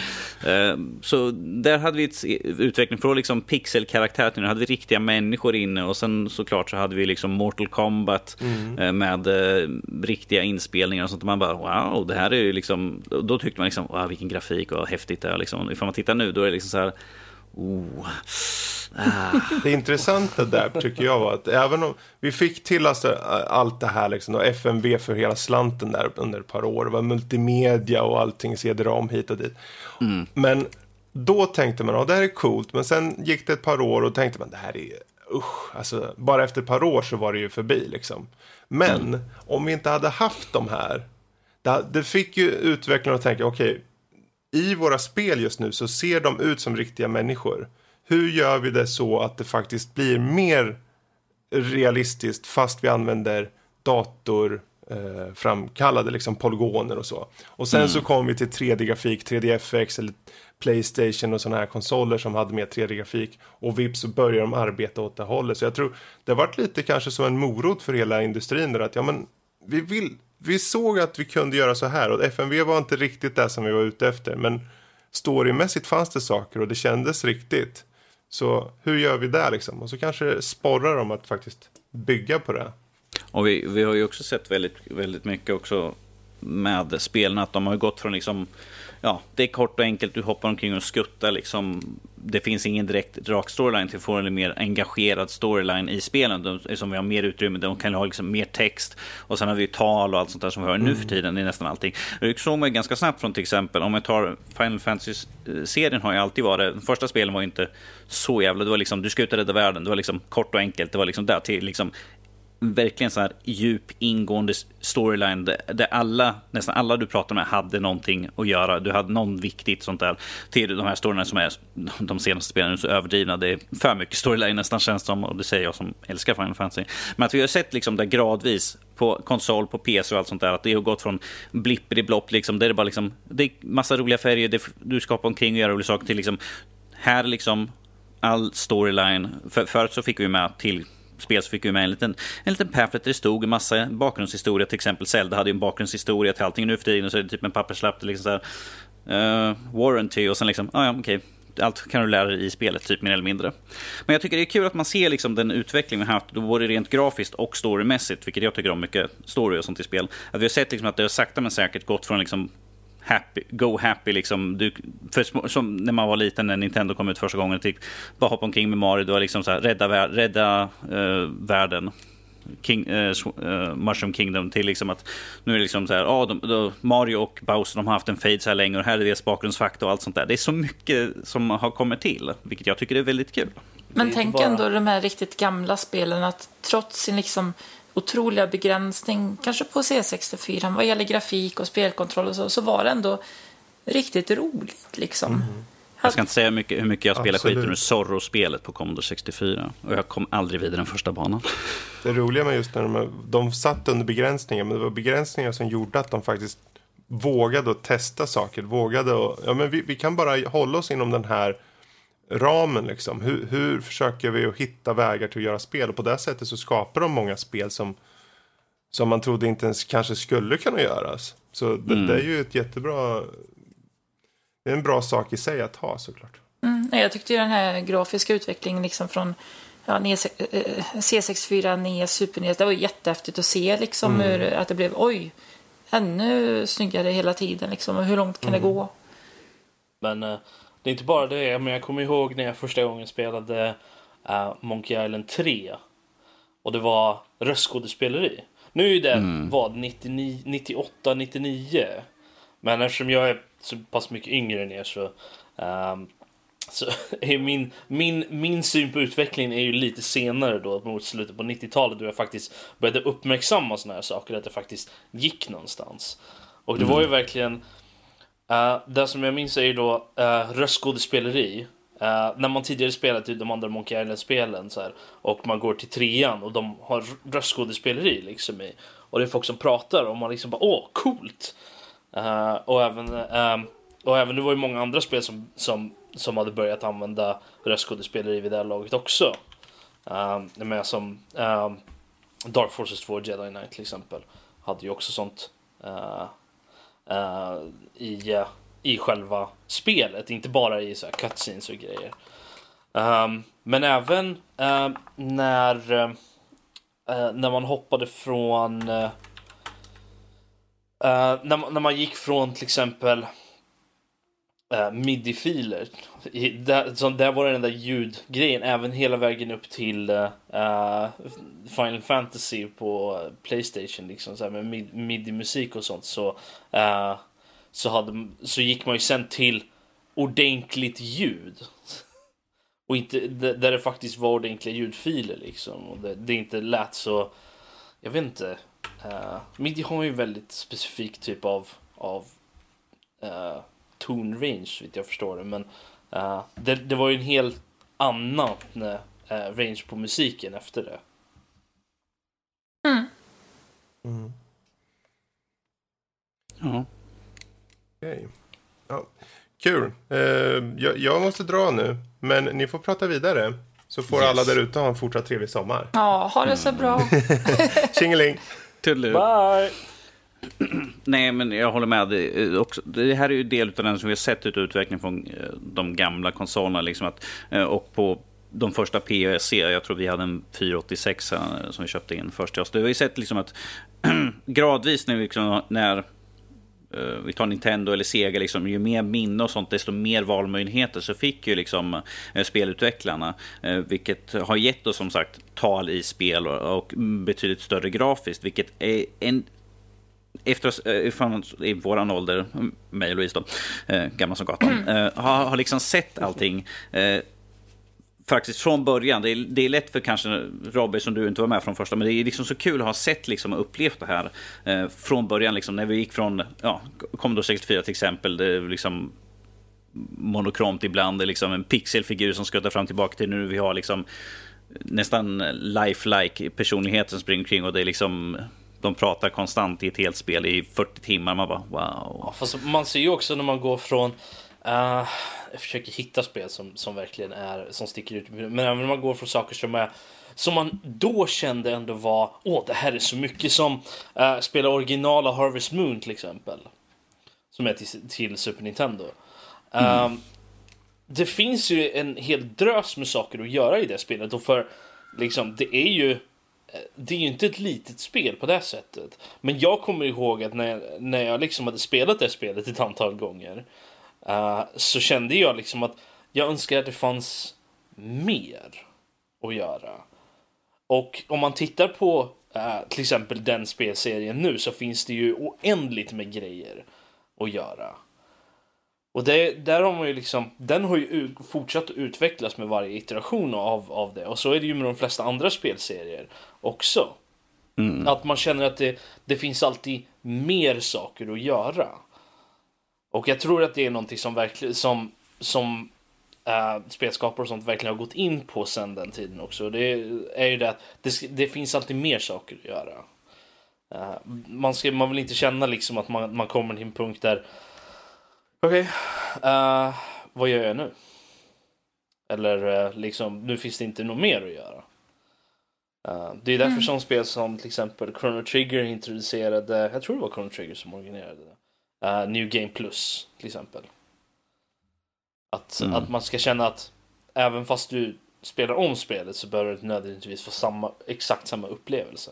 Så där hade vi ett utveckling från liksom pixelkaraktär till nu hade vi riktiga människor inne, och sen såklart så hade vi liksom Mortal Kombat mm. med uh, riktiga inspelningar och sånt. Och man bara, wow, det här är ju liksom, då tyckte man liksom, wow, vilken grafik och häftigt det är liksom. Ifall man tittar nu, då är det liksom så här, oh. Ah. Det intressanta där tycker jag var att även om vi fick till alltså allt det här liksom, och F M V för hela slanten där under ett par år, det var multimedia och allting, C D-rom hit och dit. Mm. Men då tänkte man, ja, det här är coolt, men sen gick det ett par år och tänkte man, det här är usch, alltså bara efter ett par år så var det ju förbi liksom. Men mm. om vi inte hade haft de här, det, det fick ju utvecklarna att tänka, okej, okay, i våra spel just nu så ser de ut som riktiga människor. Hur gör vi det så att det faktiskt blir mer realistiskt fast vi använder dator eh, framkallade liksom polygoner och så. Och sen mm. så kom vi till tre D-grafik, tre D F X eller PlayStation och sådana här konsoler som hade mer tre D-grafik. Och vips så börjar de arbeta åt det hållet. Så jag tror det har varit lite kanske som en morot för hela industrin där att ja men vi vill, vi såg att vi kunde göra så här och F M V var inte riktigt det som vi var ute efter, men storymässigt fanns det saker och det kändes riktigt. Så hur gör vi där liksom? Och så kanske det sporrar dem att faktiskt bygga på det. Och vi, vi har ju också sett väldigt, väldigt mycket också med spelen att de har gått från liksom, ja, det är kort och enkelt, du hoppar omkring och skuttar liksom, det finns ingen direkt rak storyline till att få en mer engagerad storyline i spelen, de, som vi har mer utrymme, de kan ha liksom mer text, och sen har vi tal och allt sånt där som vi har mm. nu för tiden i nästan allting. Det såg man ganska snabbt från till exempel, om jag tar Final Fantasy-serien har ju alltid varit, den första spelen var ju inte så jävla, det var liksom, du ska ut och rädda världen, det var liksom kort och enkelt, det var liksom där till liksom verkligen så här djup ingående storyline där alla, nästan alla du pratade med hade någonting att göra. Du hade någon viktigt sånt där till de här storyline som är de senaste spelen så överdrivna. Det är för mycket storyline nästan känns som, och det säger jag som älskar Final Fantasy. Men att vi har sett liksom där gradvis på konsol, på P C och allt sånt där, att det har gått från blipper i blopp liksom, där det är bara liksom, det är massa roliga färger, det, du skapar omkring och gör roliga saker till liksom, här liksom all storyline. För, förut så fick vi med till spel så fick vi med en liten, en liten pamphlet där det stod en massa bakgrundshistoria, till exempel Zelda hade ju en bakgrundshistoria till allting, nu för tiden så är det typ en papperslapp liksom så här, uh, warranty och sen liksom, ah, ja okej, okay. Allt kan du lära dig i spelet, typ mer eller mindre. Men jag tycker det är kul att man ser liksom den utveckling vi har haft, både rent grafiskt och storymässigt, vilket jag tycker om mycket story och sånt i spel. Att vi har sett liksom att det har sakta men säkert gått från liksom happy, go happy liksom, du, för, som när man var liten när Nintendo kom ut första gången, typ, bara hoppa omkring med Mario, det var liksom så här, rädda, rädda uh, världen. King, uh, uh, Mushroom Kingdom till liksom att nu är det liksom så här, ja, de, de, Mario och Bowser, de har haft en fade så här länge och här är deras bakgrundsfaktor och allt sånt där. Det är så mycket som har kommit till, vilket jag tycker är väldigt kul. Men tänk bara... ändå de här riktigt gamla spelen, att trots sin liksom otroliga begränsning, kanske på C sextiofyra, vad gäller grafik och spelkontroll och så, så var det ändå riktigt roligt liksom. Mm. Jag ska inte säga hur mycket, hur mycket jag spelar skiten ur Zorro-spelet på Commodore sextiofyra. Och jag kom aldrig vidare den första banan. Det roliga med just när de, de satt under begränsningar, men det var begränsningar som gjorde att de faktiskt vågade att testa saker. Vågade att, ja men vi, vi kan bara hålla oss inom den här ramen liksom. Hur, hur försöker vi att hitta vägar till att göra spel? Och på det sättet så skapar de många spel som, som man trodde inte ens kanske skulle kunna göras. Så det, mm. det är ju ett jättebra... Det är en bra sak i sig att ha, såklart. Mm, jag tyckte ju den här grafiska utvecklingen liksom från ja, C sextiofyra, N E S, Super N E S, det var jättehäftigt att se liksom mm. hur, att det blev, oj, ännu snyggare hela tiden liksom, och hur långt kan mm. det gå? Men uh, det är inte bara det, men jag kommer ihåg när jag första gången spelade uh, Monkey Island tre och det var röstskådespeleri. Nu är ju det, mm. vad, nittionio, nittioåtta, nittionio, men eftersom jag är så pass mycket yngre än er så, um, så är min, min, min syn på utvecklingen är ju lite senare då, mot slutet på nittiotalet, då jag faktiskt började uppmärksamma såna här saker, att det faktiskt gick någonstans. Och det mm. var ju verkligen uh, det som jag minns är ju då uh, röstskådespeleri. Uh, när man tidigare spelat i de andra Monkey Island-spelen så här, och man går till trean och de har röstskådespeleri liksom i, och det är folk som pratar och man liksom bara, åh, coolt! Uh, och även uh, och även det var ju många andra spel som, som, som hade börjat använda röstskådespeleri vid det här laget också. Uh, med som uh, Dark Forces två Jedi Knight till exempel hade ju också sånt uh, uh, i, uh, i själva spelet, inte bara i så här cutscenes och grejer. Um, men även uh, när uh, när man hoppade från uh, Uh, när, när man gick från till exempel uh, midi-filer, där, så där var det den där ljudgrejen även hela vägen upp till uh, Final Fantasy på PlayStation liksom, så här, med mid- midi-musik och sånt, så, uh, så, hade, så gick man ju sen till ordentligt ljud och inte, där det faktiskt var ordentliga ljudfiler liksom, och det, det inte lät så, jag vet inte. Uh, midi har ju väldigt specifik typ av, av uh, tone range, vet jag förstår det, men uh, det, det var ju en helt annan uh, range på musiken efter det. Mm. Mm. Ja. Okej. Okay. Ja. Kul. Uh, jag, jag måste dra nu, men ni får prata vidare. Så får yes. alla där ute ha en fortsatt trevlig sommar. Ja, ha det så bra. Tjingeling. Bye! Nej, men jag håller med. Det, också, det här är ju del av den som vi har sett ut utveckling från de gamla konsolerna. Liksom att, och på de första P O S C, jag tror vi hade en fyraåttiosex som vi köpte in först. Så det har ju sett liksom att gradvis när vi, liksom, när vi tar Nintendo eller Sega, liksom, ju mer minne och sånt, desto mer valmöjligheter så fick ju liksom spelutvecklarna, vilket har gett oss som sagt tal i spel och betydligt större grafiskt, vilket är en efter i våran ålder, mig och Louise då, gamla som gatan, har, har liksom sett allting faktiskt från början. Det är, det är lätt för kanske Robby som du inte var med från första, men det är liksom så kul att ha sett liksom och upplevt det här eh, från början liksom, när vi gick från ja, Commodore sextiofyra till exempel, det är liksom monokromt ibland, det är liksom en pixelfigur som skuttar fram tillbaka till nu vi har liksom nästan lifelike personligheten som springer kring och det är liksom de pratar konstant i ett helt spel i fyrtio timmar, man bara wow. Ja, fast man ser ju också när man går från Uh, jag försöker hitta spel som, som verkligen är, som sticker ut, men även när man går från saker som är som man då kände ändå var, åh, det här är så mycket, som uh, spela originala Harvest Moon till exempel, som är till, till Super Nintendo. Uh, mm. Det finns ju en hel drös med saker att göra i det spelet, och för liksom, det är ju det är ju inte ett litet spel på det sättet, men jag kommer ihåg att när jag, när jag liksom hade spelat det spelet ett antal gånger, Uh, så kände jag liksom att jag önskar att det fanns mer att göra. Och om man tittar på uh, till exempel den spelserien nu, så finns det ju oändligt med grejer att göra. Och det, där har man ju liksom, den har ju ut, fortsatt att utvecklas med varje iteration av, av det. Och så är det ju med de flesta andra spelserier också. Mm. Att man känner att det, det finns alltid mer saker att göra. Och jag tror att det är någonting som verkligen som, som äh, spelskapare och sånt verkligen har gått in på sedan den tiden också. Det är ju det att det, det finns alltid mer saker att göra. Äh, man, ska, man vill inte känna liksom att man, man kommer till en punkt där okej, okay, uh, vad gör jag nu? Eller uh, liksom, nu finns det inte något mer att göra. Uh, det är därför mm. som spel som till exempel Chrono Trigger introducerade, jag tror det var Chrono Trigger som originerade det, uh, New Game Plus till exempel. Att, mm. att man ska känna att även fast du spelar om spelet så behöver du inte nödvändigtvis få samma, exakt samma upplevelse.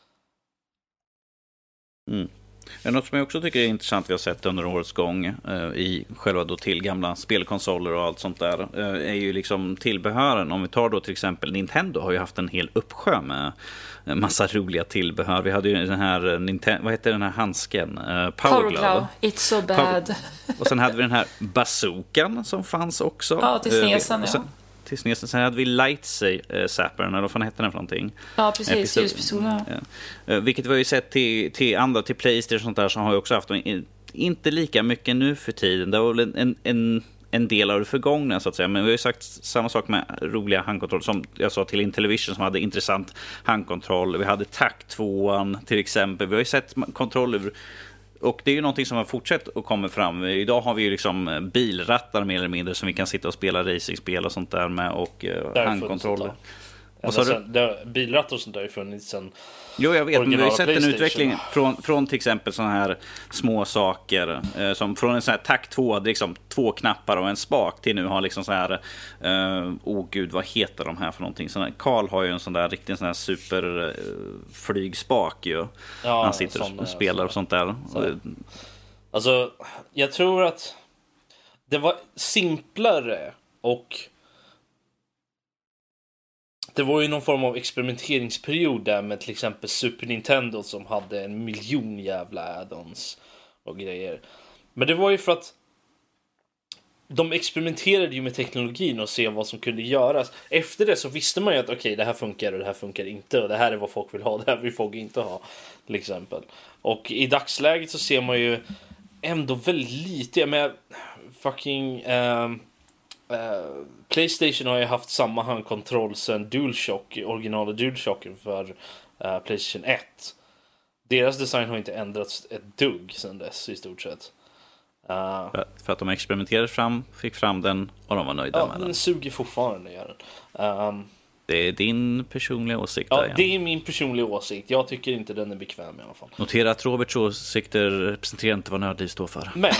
Mm. Något som jag också tycker är intressant vi har sett under årets gång eh, i själva då till gamla spelkonsoler och allt sånt där eh, är ju liksom tillbehören. Om vi tar då till exempel Nintendo har ju haft en hel uppsjö med en massa roliga tillbehör. Vi hade ju den här Nintendo, vad heter den här handsken? Eh, Power Glove. It's so bad. Och sen hade vi den här bazookan som fanns också. Ja, till snesen, eh, ja. Till snesen. Sen hade vi lightsappern, eller vad fan hette den för någonting? Ja, precis. Ljuspistolen. Ja. Vilket vi har ju sett till, till andra, till Playstation och sånt där, som har ju också haft inte lika mycket nu för tiden. Det var väl en, en, en del av det förgångna så att säga. Men vi har ju sagt samma sak med roliga handkontroller. Som jag sa till Intellivision som hade intressant handkontroll. Vi hade Takt två till exempel. Vi har ju sett kontroller. Och det är ju någonting som har fortsatt att komma fram. Idag har vi ju liksom bilrattar mer eller mindre som vi kan sitta och spela racingspel och sånt där med, och uh, handkontroller. Och så sen, det, bilrattar och sånt där har ju funnits sen. Jo, jag vet, men vi har ju sett en utveckling från, från till exempel sådana här små saker eh, som från en sån här Takt två, liksom två knappar och en spak, till nu har liksom så här eh, oh gud, vad heter de här för någonting? Sån här, Carl har ju en sån där riktigt sån här superflygspak eh, ju. Ja, han sitter sån, och spelar och sånt där. Så. Alltså, jag tror att det var simplare, och det var ju någon form av experimenteringsperiod där med till exempel Super Nintendo som hade en miljon jävla add-ons och grejer. Men det var ju för att de experimenterade ju med teknologin och se vad som kunde göras. Efter det så visste man ju att okej, okay, det här funkar och det här funkar inte, och det här är vad folk vill ha, det här vill folk inte ha till exempel. Och i dagsläget så ser man ju ändå väldigt lite med fucking um, Uh, PlayStation har ju haft samma handkontroll sen DualShock, originala DualShocken för uh, PlayStation ett. Deras design har inte ändrats ett dugg sen dess i stort sett. Uh, för, för att de experimenterade fram, fick fram den och de var nöjda ja, med den. Den suger fortfarande, gör den. Um, det är din personliga åsikt. Ja, där, det är min personliga åsikt. Jag tycker inte den är bekväm i alla fall. Notera att Roberts åsikter representerar inte vad nördliv står för. Men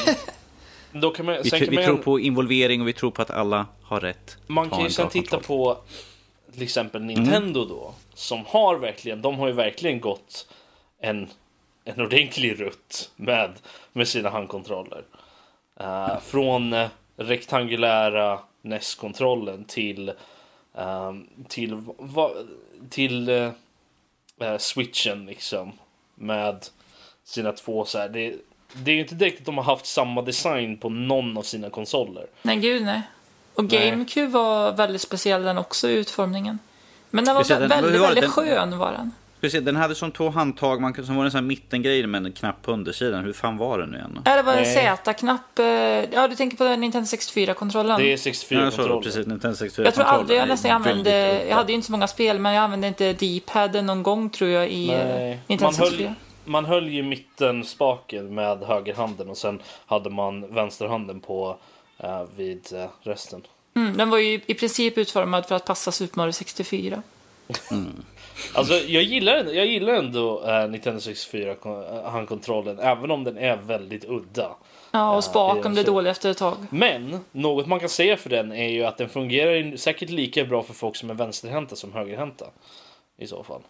då kan man, vi sen vi kan man, tror på involvering och vi tror på att alla har rätt. Man kan ju sen titta kontroll. på till exempel Nintendo mm. då, som har verkligen, de har ju verkligen gått en, en ordentlig rutt med, med sina handkontroller. Uh, från uh, rektangulära N E S-kontrollen till uh, till, va, till uh, uh, switchen liksom, med sina två så här, det Det är ju inte direkt att de har haft samma design på någon av sina konsoler. Nej, gud nej. Och GameCube nej. var väldigt speciell den också i utformningen. Men den var Precis, väldigt, den, väldigt den, skön var den. Precis, den hade som två handtag, man, som var en sån här mittengrej med en knapp på undersidan. Hur fan var den nu igen? Ja, det var en Z-knapp. Ja, du tänker på den Nintendo sextiofyra-kontrollen. Det är sextiofyra-kontrollen. Ja, precis, Nintendo sextiofyra-kontrollen. Jag tror aldrig jag nästan använde, jag hade ju inte så många spel, men jag använde inte D-paden någon gång tror jag i nej. Nintendo sextiofyra. Man höll ju mitten spaken med högerhanden och sen hade man vänsterhanden på uh, vid uh, resten. Mm, den var ju i princip utformad för att passa Super Mario sextiofyra. Mm. Alltså jag gillar jag gillar ändå uh, Nintendo sextiofyra handkontrollen, även om den är väldigt udda. Ja, och spaken blir dålig efter ett tag. Men något man kan säga för den är ju att den fungerar säkert lika bra för folk som är vänsterhänta som högerhänta i så fall.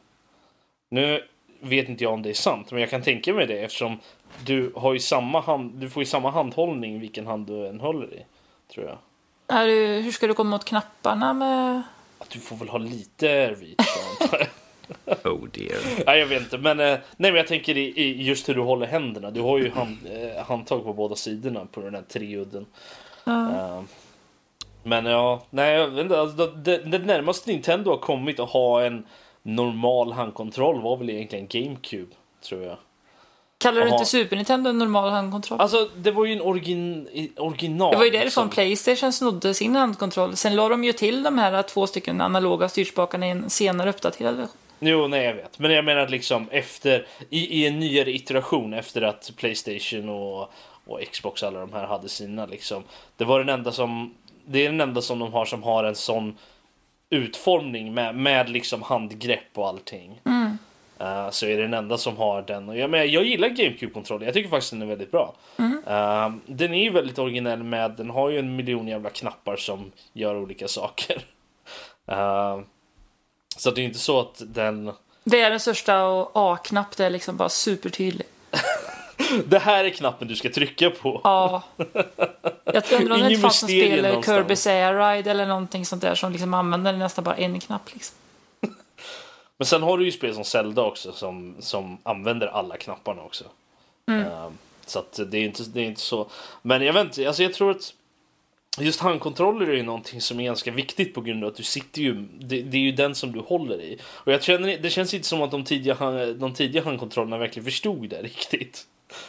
Nu vet inte jag om det är sant, men jag kan tänka mig det eftersom du har ju samma hand, du får ju samma handhållning vilken hand du än håller i, tror jag. Är du, hur ska du komma åt knapparna med att du får väl ha lite reach då. Oh dear. Nej, jag vet inte, men nej, men jag tänker i, i just hur du håller händerna. Du har ju hand, eh, handtag på båda sidorna på den här treudden. Ja. Uh, men ja, nej, jag vet inte, alltså, det, det närmaste Nintendo har kommit att ha en normal handkontroll var väl egentligen GameCube, tror jag. Kallar du Aha. inte Super Nintendo en normal handkontroll? Alltså, det var ju en origin, i- original. Det var ju därifrån liksom. PlayStation snodde sin handkontroll. Sen la de ju till de här två stycken analoga styrspakarna i en senare uppdaterad version. Jo, nej, jag vet. Men jag menar att liksom efter, i, i en nyare iteration efter att PlayStation och, och Xbox, alla de här hade sina liksom. Det var den enda som, det är den enda som de har som har en sån utformning med, med liksom handgrepp och allting. Mm. Uh, så är det den enda som har den. Och jag, men jag gillar GameCube-kontrollen. Jag tycker faktiskt den är väldigt bra. Mm. Uh, den är ju väldigt originell med, den har ju en miljon jävla knappar som gör olika saker. Uh, så det är inte så att den... Det är den största och A-knapp, det är liksom bara supertydlig. Det här är knappen du ska trycka på. Ja. Jag undrar om det Ingen inte fanns någon mysterium spel, någonstans. Kirby's Air Ride eller någonting sånt där som liksom använder nästan bara en knapp liksom. Men sen har du ju spel som Zelda också som, som använder alla knapparna också. Mm. Uh, så att det är inte, det är inte så. Men jag vet inte, alltså jag tror att just handkontroller är ju någonting som är ganska viktigt på grund av att du sitter ju, det, det är ju den som du håller i. Och jag känner, det känns inte som att de tidiga, hand, de tidiga handkontrollerna verkligen förstod det riktigt.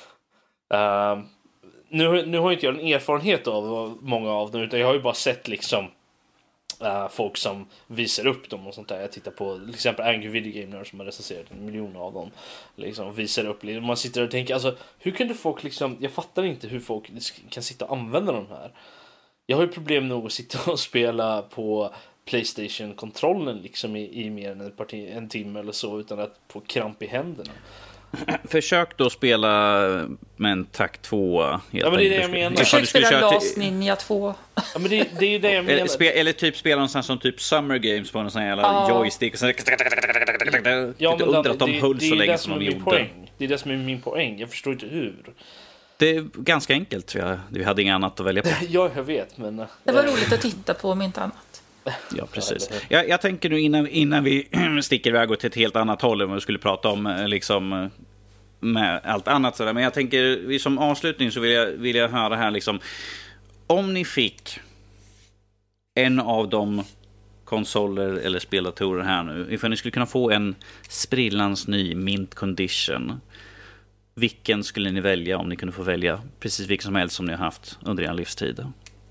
Uh, nu, nu har inte jag en erfarenhet av många av dem, utan jag har ju bara sett liksom uh, folk som visar upp dem och sånt där. Jag tittar på till exempel Angry Video Gamer som har recenserat en miljon av dem liksom, och visar upp. Man sitter och tänker, alltså hur kunde folk liksom, jag fattar inte hur folk kan sitta och använda de här. Jag har ju problem nog att sitta och spela på PlayStation-kontrollen liksom i, i mer än en, parti, en timme eller så utan att få kramp i händerna. Försök då spela med en takt två. Ja, men det är det jag menar. Försök spela köra Last Ninja två. Ja, men det, det är ju det jag menar. Eller, spe, eller typ spela någonstans som typ Summer Games på en sån här jävla Ja. joystick. Och sen, Ja, men undrar det, att de det, höll det är så ju länge det som som de är min gjorde. poäng. Det är det som är min poäng. Jag förstår inte hur. Det är ganska enkelt tror jag. Vi hade inget annat att välja på. Ja, jag vet, men... Det var eh, roligt att titta på om inte annat. Ja, precis. Jag, jag tänker nu innan, innan vi sticker iväg och till ett helt annat håll än vad vi skulle prata om eh, liksom eh, med allt annat sådär. Men jag tänker, som avslutning så vill jag, vill jag höra här liksom, om ni fick en av de konsoler eller speldatorer här nu, ifall ni skulle kunna få en sprillans ny mint condition, vilken skulle ni välja om ni kunde få välja precis vilken som helst som ni har haft under er livstid?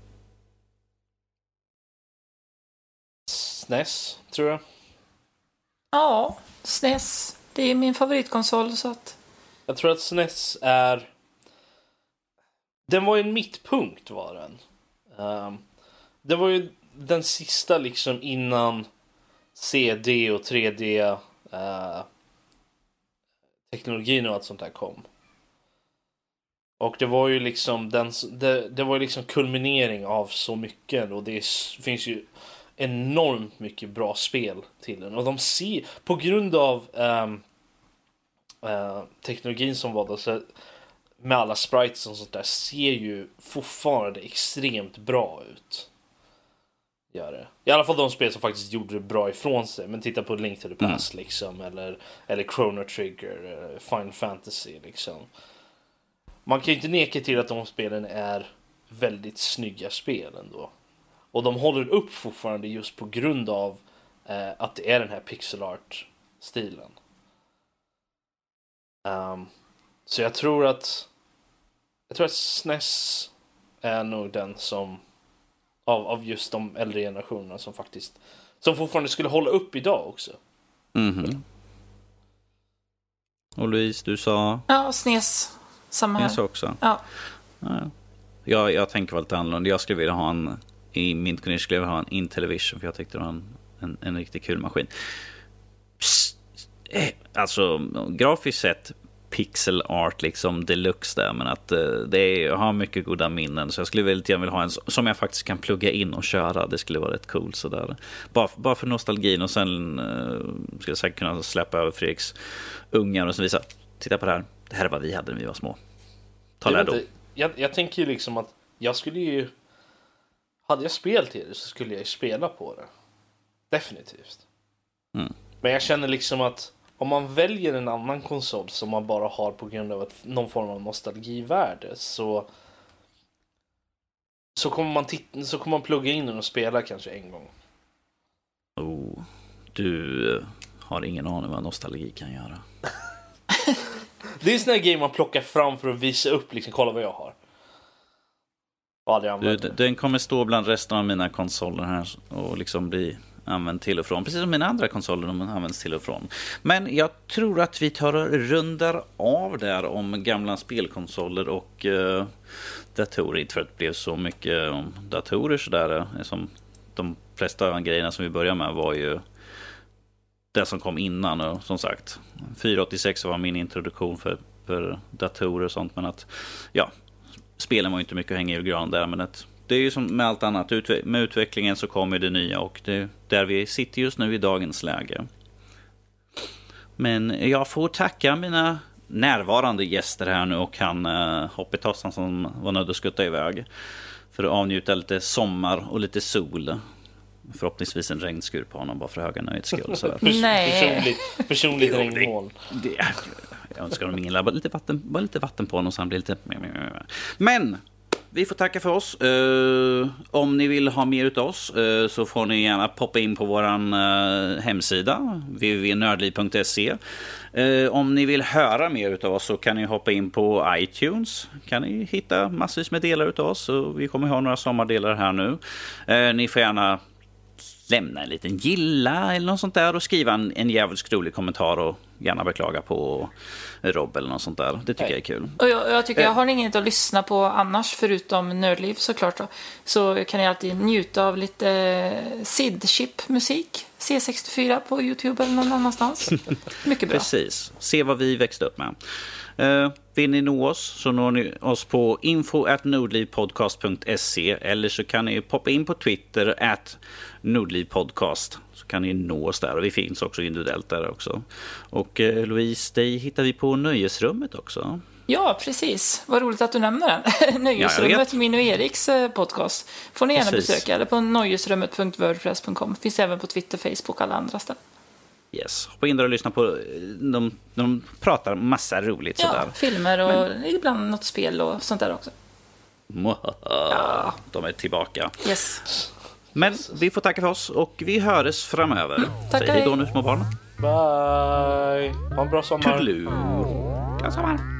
S N E S, tror jag. Ja, S N E S. Det är min favoritkonsol så att... Jag tror att S N E S är... Den var ju en mittpunkt, var den. Um, det var ju den sista liksom innan C D och tre D uh, teknologin och allt sånt där kom. Och det var ju liksom den, det, det var ju liksom kulminering av så mycket, och det är, finns ju enormt mycket bra spel till den. Och de ser, på grund av um, uh, teknologin som var då, så med alla sprites och sånt där, ser ju fortfarande extremt bra ut. Gör det. I alla fall de spel som faktiskt gjorde det bra ifrån sig. Men titta på Link to the Past mm. liksom, eller, eller Chrono Trigger, Final Fantasy liksom. Man kan ju inte neka till att de spelen är väldigt snygga spel ändå. Och de håller upp fortfarande just på grund av eh, att det är den här pixel art-stilen. Um, så jag tror att jag tror att S N E S är nog den som av, av just de äldre generationerna som faktiskt som fortfarande skulle hålla upp idag också. Mhm. Och Louise, du sa... Ja, S N E S. Samma här. S N E S också? Ja. Ja. Jag, jag tänker väl lite annorlunda. Jag skulle vilja ha en... I min kunskap skulle jag vilja ha en Intellivision, för jag tyckte det var en, en, en riktigt kul maskin. Psst, eh, alltså, grafiskt sett pixel art liksom deluxe där, men att eh, det är, jag har mycket goda minnen, så jag skulle väldigt gärna vilja ha en som jag faktiskt kan plugga in och köra. Det skulle vara rätt cool sådär. Bara, bara för nostalgin, och sen eh, skulle jag säkert kunna släppa över Fredriks ungar och så visa, titta på det här. Det här är vad vi hade när vi var små. Ta det då. Jag, jag tänker ju liksom att jag skulle ju, hade jag spel till det så skulle jag ju spela på det. Definitivt. Mm. Men jag känner liksom att om man väljer en annan konsol som man bara har på grund av att någon form av nostalgivärde så så kommer man titta, så kommer man plugga in den och spela kanske en gång. Oh, du har ingen aning vad nostalgi kan göra. Det är en sån här game man plockar fram för att visa upp, liksom, kolla vad jag har. Du, den kommer stå bland resten av mina konsoler här och liksom bli använd till och från. Precis som mina andra konsoler, de används till och från. Men jag tror att vi tar och rundar av där om gamla spelkonsoler och uh, datorer. Inte för att det blev så mycket om datorer så där. Som de flesta av grejerna som vi börjar med var ju det som kom innan. Och som sagt, fyra åttiosex var min introduktion för, för datorer och sånt. Men att, ja, spelen var inte mycket att hänga i julgran där. Men att det är ju som med allt annat. Med utvecklingen så kommer det nya. Och det är där vi sitter just nu i dagens läge. Men jag får tacka mina närvarande gäster här nu. Och han uh, Hoppetossan som var nöjd att skutta iväg. För att avnjuta lite sommar och lite sol. Förhoppningsvis en regnskur på honom. Bara för höga nöjets skull. Personligt, personligt regnmål. Det, jag önskar dem ingen bara lite vatten, bara lite vatten på honom så han blir lite... Men vi får tacka för oss. Uh, om ni vill ha mer utav oss uh, så får ni gärna poppa in på våran uh, hemsida w w w punkt nördliv punkt se. Uh, om ni vill höra mer utav oss så kan ni hoppa in på iTunes. Kan ni hitta massvis med delar utav oss. Så vi kommer ha några sommardelar här nu. Uh, ni får gärna lämna en liten gilla eller något sånt där och skriva en, en jävligt rolig kommentar och gärna beklaga på Rob eller något sånt där. Det tycker Nej. jag är kul. Och jag, jag tycker jag har inget att lyssna på annars förutom Nördliv såklart då. Så kan jag alltid njuta av lite Sid-chip-musik. C sextiofyra på YouTube eller någon annanstans. Mycket bra. Precis. Se vad vi växte upp med. Uh, vill ni nå oss så når ni oss på info at nordlivpodcast punkt se eller så kan ni poppa in på Twitter at nordlivpodcast så kan ni nå oss där och vi finns också individuellt där också. Och uh, Louise, dig hittar vi på Nöjesrummet också. Ja, precis. Vad roligt att du nämner den. Nöjesrummet, ja, min och Eriks podcast. Får ni gärna precis. besöka eller på nöjesrummet punkt wordpress punkt com. Finns även på Twitter, Facebook och alla andra ställen. Yes. Hoppa in där och lyssna på de, de pratar massa roligt ja, sådär. Filmer och Men... ibland något spel och sånt där också. Ja. De är tillbaka. Yes. Men vi får tacka för oss och vi hörs framöver. Mm, tack. Säg hej då nu små barn. Bye. Ha en bra sommar. Tudelu. God sommar.